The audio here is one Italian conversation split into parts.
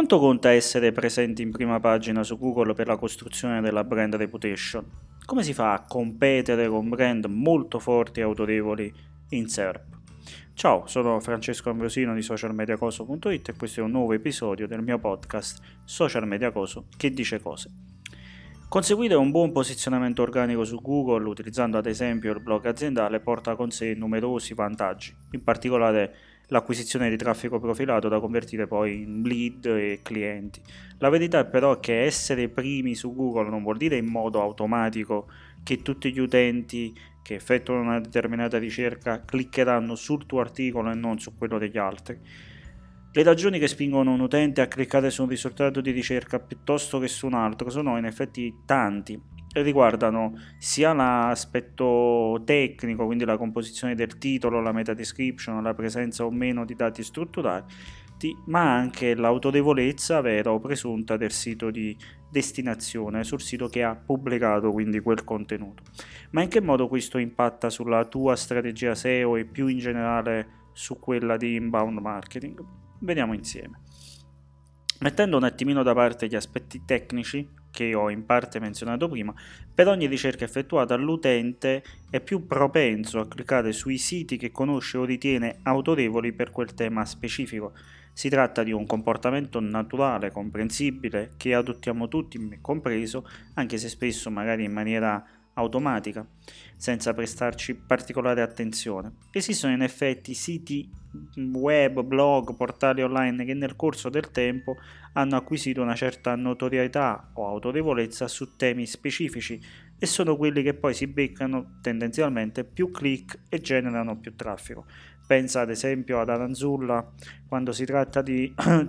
Quanto conta essere presenti in prima pagina su Google per la costruzione della brand reputation? Come si fa a competere con brand molto forti e autorevoli in SERP? Ciao, sono Francesco Ambrosino di socialmediacoso.it e questo è un nuovo episodio del mio podcast Social Media Coso che dice cose. Conseguire un buon posizionamento organico su Google utilizzando ad esempio il blog aziendale porta con sé numerosi vantaggi, in particolare l'acquisizione di traffico profilato da convertire poi in lead e clienti. La verità è però che essere primi su Google non vuol dire in modo automatico che tutti gli utenti che effettuano una determinata ricerca cliccheranno sul tuo articolo e non su quello degli altri. Le ragioni che spingono un utente a cliccare su un risultato di ricerca piuttosto che su un altro sono in effetti tanti e riguardano sia l'aspetto tecnico, quindi la composizione del titolo, la meta description, la presenza o meno di dati strutturati, ma anche l'autorevolezza vera o presunta del sito di destinazione, sul sito che ha pubblicato quindi quel contenuto. Ma in che modo questo impatta sulla tua strategia SEO e più in generale su quella di inbound marketing? Vediamo insieme. Mettendo un attimino da parte gli aspetti tecnici che ho in parte menzionato prima, per ogni ricerca effettuata l'utente è più propenso a cliccare sui siti che conosce o ritiene autorevoli per quel tema specifico. Si tratta di un comportamento naturale, comprensibile, che adottiamo tutti, me compreso, anche se spesso magari in maniera automatica, senza prestarci particolare attenzione. Esistono in effetti siti web, blog, portali online che nel corso del tempo hanno acquisito una certa notorietà o autorevolezza su temi specifici e sono quelli che poi si beccano tendenzialmente più click e generano più traffico. Pensa ad esempio ad Aranzulla quando si tratta di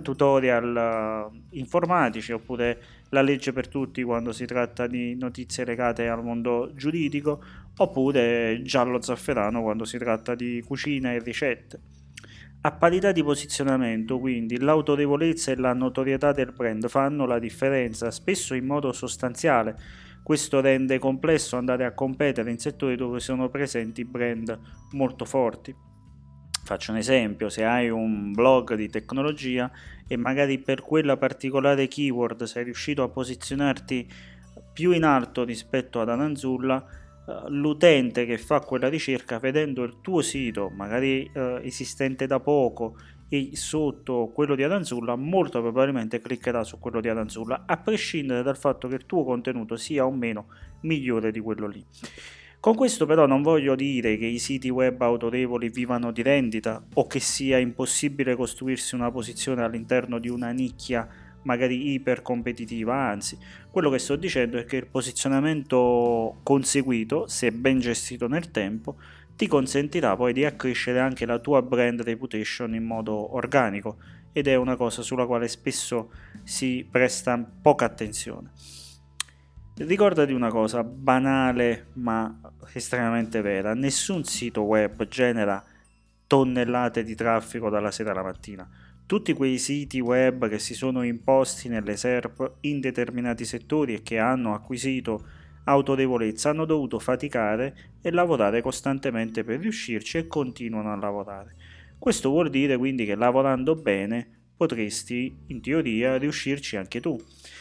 tutorial informatici, oppure La legge per tutti quando si tratta di notizie legate al mondo giuridico, oppure Giallo Zafferano quando si tratta di cucina e ricette. A parità di posizionamento, quindi, l'autorevolezza e la notorietà del brand fanno la differenza, spesso in modo sostanziale. Questo rende complesso andare a competere in settori dove sono presenti brand molto forti. Faccio un esempio: se hai un blog di tecnologia e magari per quella particolare keyword sei riuscito a posizionarti più in alto rispetto ad Ananzulla, l'utente che fa quella ricerca, vedendo il tuo sito magari esistente da poco e sotto quello di Adanzulla, molto probabilmente cliccherà su quello di Adanzulla, a prescindere dal fatto che il tuo contenuto sia o meno migliore di quello lì. Con questo però non voglio dire che i siti web autorevoli vivano di rendita o che sia impossibile costruirsi una posizione all'interno di una nicchia magari iper competitiva, anzi, quello che sto dicendo è che il posizionamento conseguito, se ben gestito nel tempo, ti consentirà poi di accrescere anche la tua brand reputation in modo organico, ed è una cosa sulla quale spesso si presta poca attenzione. Ricordati una cosa banale ma estremamente vera: nessun sito web genera tonnellate di traffico dalla sera alla mattina. Tutti quei siti web che si sono imposti nelle SERP in determinati settori e che hanno acquisito autorevolezza hanno dovuto faticare e lavorare costantemente per riuscirci e continuano a lavorare. Questo vuol dire quindi che lavorando bene potresti in teoria riuscirci anche tu.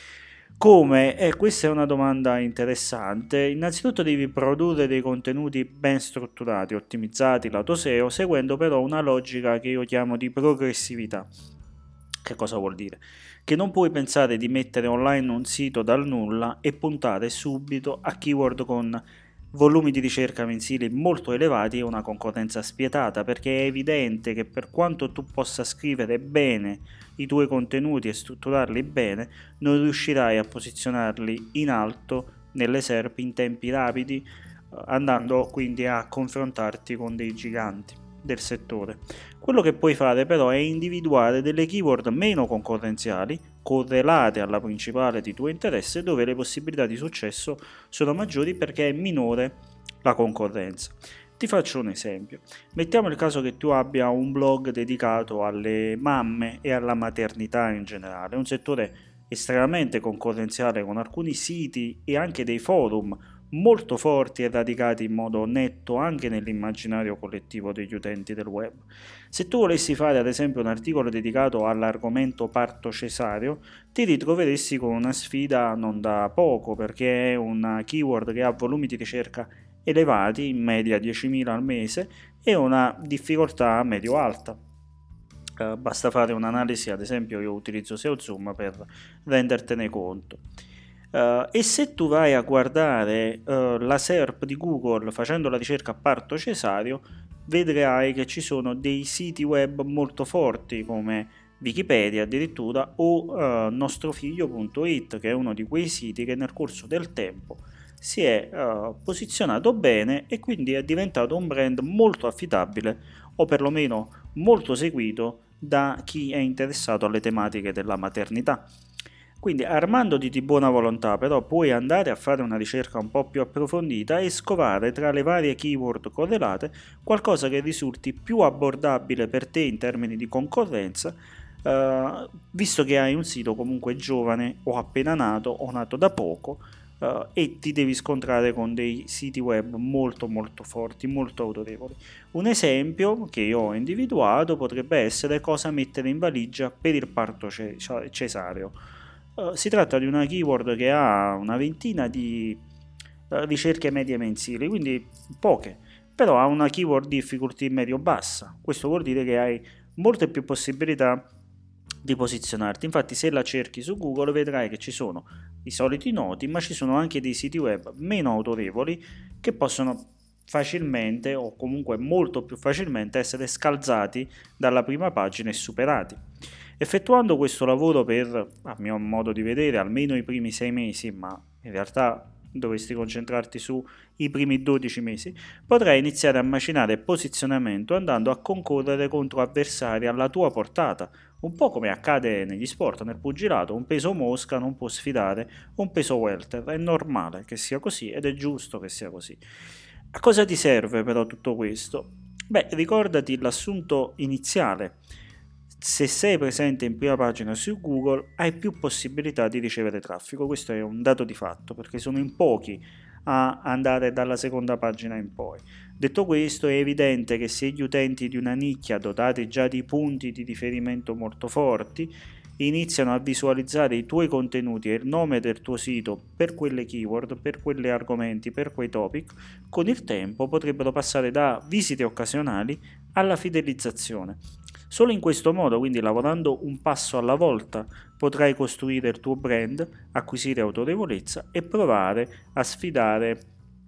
Come? Questa è una domanda interessante. Innanzitutto devi produrre dei contenuti ben strutturati, ottimizzati lato SEO, seguendo però una logica che io chiamo di progressività. Che cosa vuol dire? Che non puoi pensare di mettere online un sito dal nulla e puntare subito a keyword con volumi di ricerca mensili molto elevati e una concorrenza spietata, perché è evidente che per quanto tu possa scrivere bene i tuoi contenuti e strutturarli bene, non riuscirai a posizionarli in alto nelle SERP in tempi rapidi, andando quindi a confrontarti con dei giganti del settore. Quello che puoi fare però è individuare delle keyword meno concorrenziali, correlate alla principale di tuo interesse, dove le possibilità di successo sono maggiori perché è minore la concorrenza. Ti faccio un esempio. Mettiamo il caso che tu abbia un blog dedicato alle mamme e alla maternità in generale, un settore estremamente concorrenziale con alcuni siti e anche dei forum molto forti e radicati in modo netto anche nell'immaginario collettivo degli utenti del web. Se tu volessi fare ad esempio un articolo dedicato all'argomento parto cesareo, ti ritroveresti con una sfida non da poco, perché è una keyword che ha volumi di ricerca elevati, in media 10.000 al mese, e una difficoltà medio-alta. Basta fare un'analisi, ad esempio io utilizzo SEO Zoom per rendertene conto. E se tu vai a guardare la SERP di Google facendo la ricerca a parto cesareo, vedrai che ci sono dei siti web molto forti come Wikipedia addirittura o nostrofiglio.it, che è uno di quei siti che nel corso del tempo si è posizionato bene e quindi è diventato un brand molto affidabile, o perlomeno molto seguito da chi è interessato alle tematiche della maternità. Quindi armandoti di buona volontà, però puoi andare a fare una ricerca un po' più approfondita e scovare tra le varie keyword correlate qualcosa che risulti più abbordabile per te in termini di concorrenza, visto che hai un sito comunque giovane o appena nato o nato da poco, e ti devi scontrare con dei siti web molto molto forti, molto autorevoli. Un esempio che io ho individuato potrebbe essere cosa mettere in valigia per il parto cesareo. Si tratta di una keyword che ha una ventina di ricerche medie mensili, quindi poche, però ha una keyword difficulty medio-bassa. Questo vuol dire che hai molte più possibilità di posizionarti. Infatti, se la cerchi su Google vedrai che ci sono i soliti noti, ma ci sono anche dei siti web meno autorevoli che possono facilmente o comunque molto più facilmente essere scalzati dalla prima pagina e superati. Effettuando questo lavoro per, a mio modo di vedere, almeno i primi 6 mesi, ma in realtà dovresti concentrarti sui primi 12 mesi, potrai iniziare a macinare posizionamento andando a concorrere contro avversari alla tua portata, un po' come accade negli sport, nel pugilato, un peso mosca non può sfidare un peso welter, è normale che sia così ed è giusto che sia così. A cosa ti serve però tutto questo? Beh, ricordati l'assunto iniziale. Se sei presente in prima pagina su Google hai più possibilità di ricevere traffico, questo è un dato di fatto perché sono in pochi a andare dalla seconda pagina in poi. Detto questo, è evidente che se gli utenti di una nicchia dotati già di punti di riferimento molto forti iniziano a visualizzare i tuoi contenuti e il nome del tuo sito per quelle keyword, per quegli argomenti, per quei topic, con il tempo potrebbero passare da visite occasionali alla fidelizzazione. Solo in questo modo, quindi lavorando un passo alla volta, potrai costruire il tuo brand, acquisire autorevolezza e provare a sfidare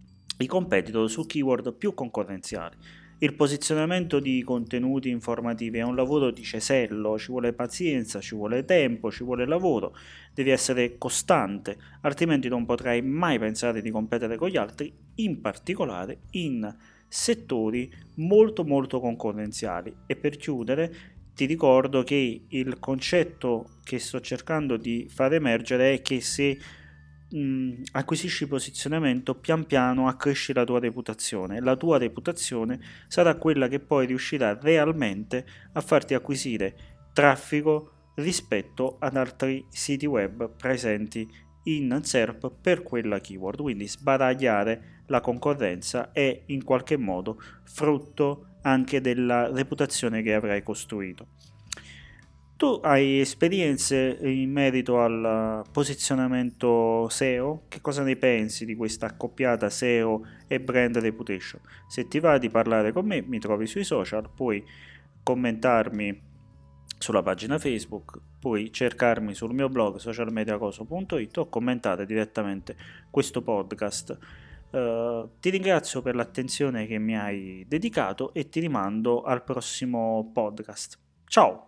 i competitor su keyword più concorrenziali. Il posizionamento di contenuti informativi è un lavoro di cesello, ci vuole pazienza, ci vuole tempo, ci vuole lavoro, devi essere costante, altrimenti non potrai mai pensare di competere con gli altri, in particolare in settori molto molto concorrenziali. E per chiudere ti ricordo che il concetto che sto cercando di far emergere è che se acquisisci posizionamento, pian piano accresci la tua reputazione. La tua reputazione sarà quella che poi riuscirà realmente a farti acquisire traffico rispetto ad altri siti web presenti in SERP per quella keyword, quindi sbaragliare la concorrenza è in qualche modo frutto anche della reputazione che avrai costruito. Tu hai esperienze in merito al posizionamento SEO? Che cosa ne pensi di questa accoppiata SEO e brand reputation? Se ti va di parlare con me, mi trovi sui social, puoi commentarmi sulla pagina Facebook, puoi cercarmi sul mio blog socialmediacoso.it o commentare direttamente questo podcast. Ti ringrazio per l'attenzione che mi hai dedicato e ti rimando al prossimo podcast. Ciao!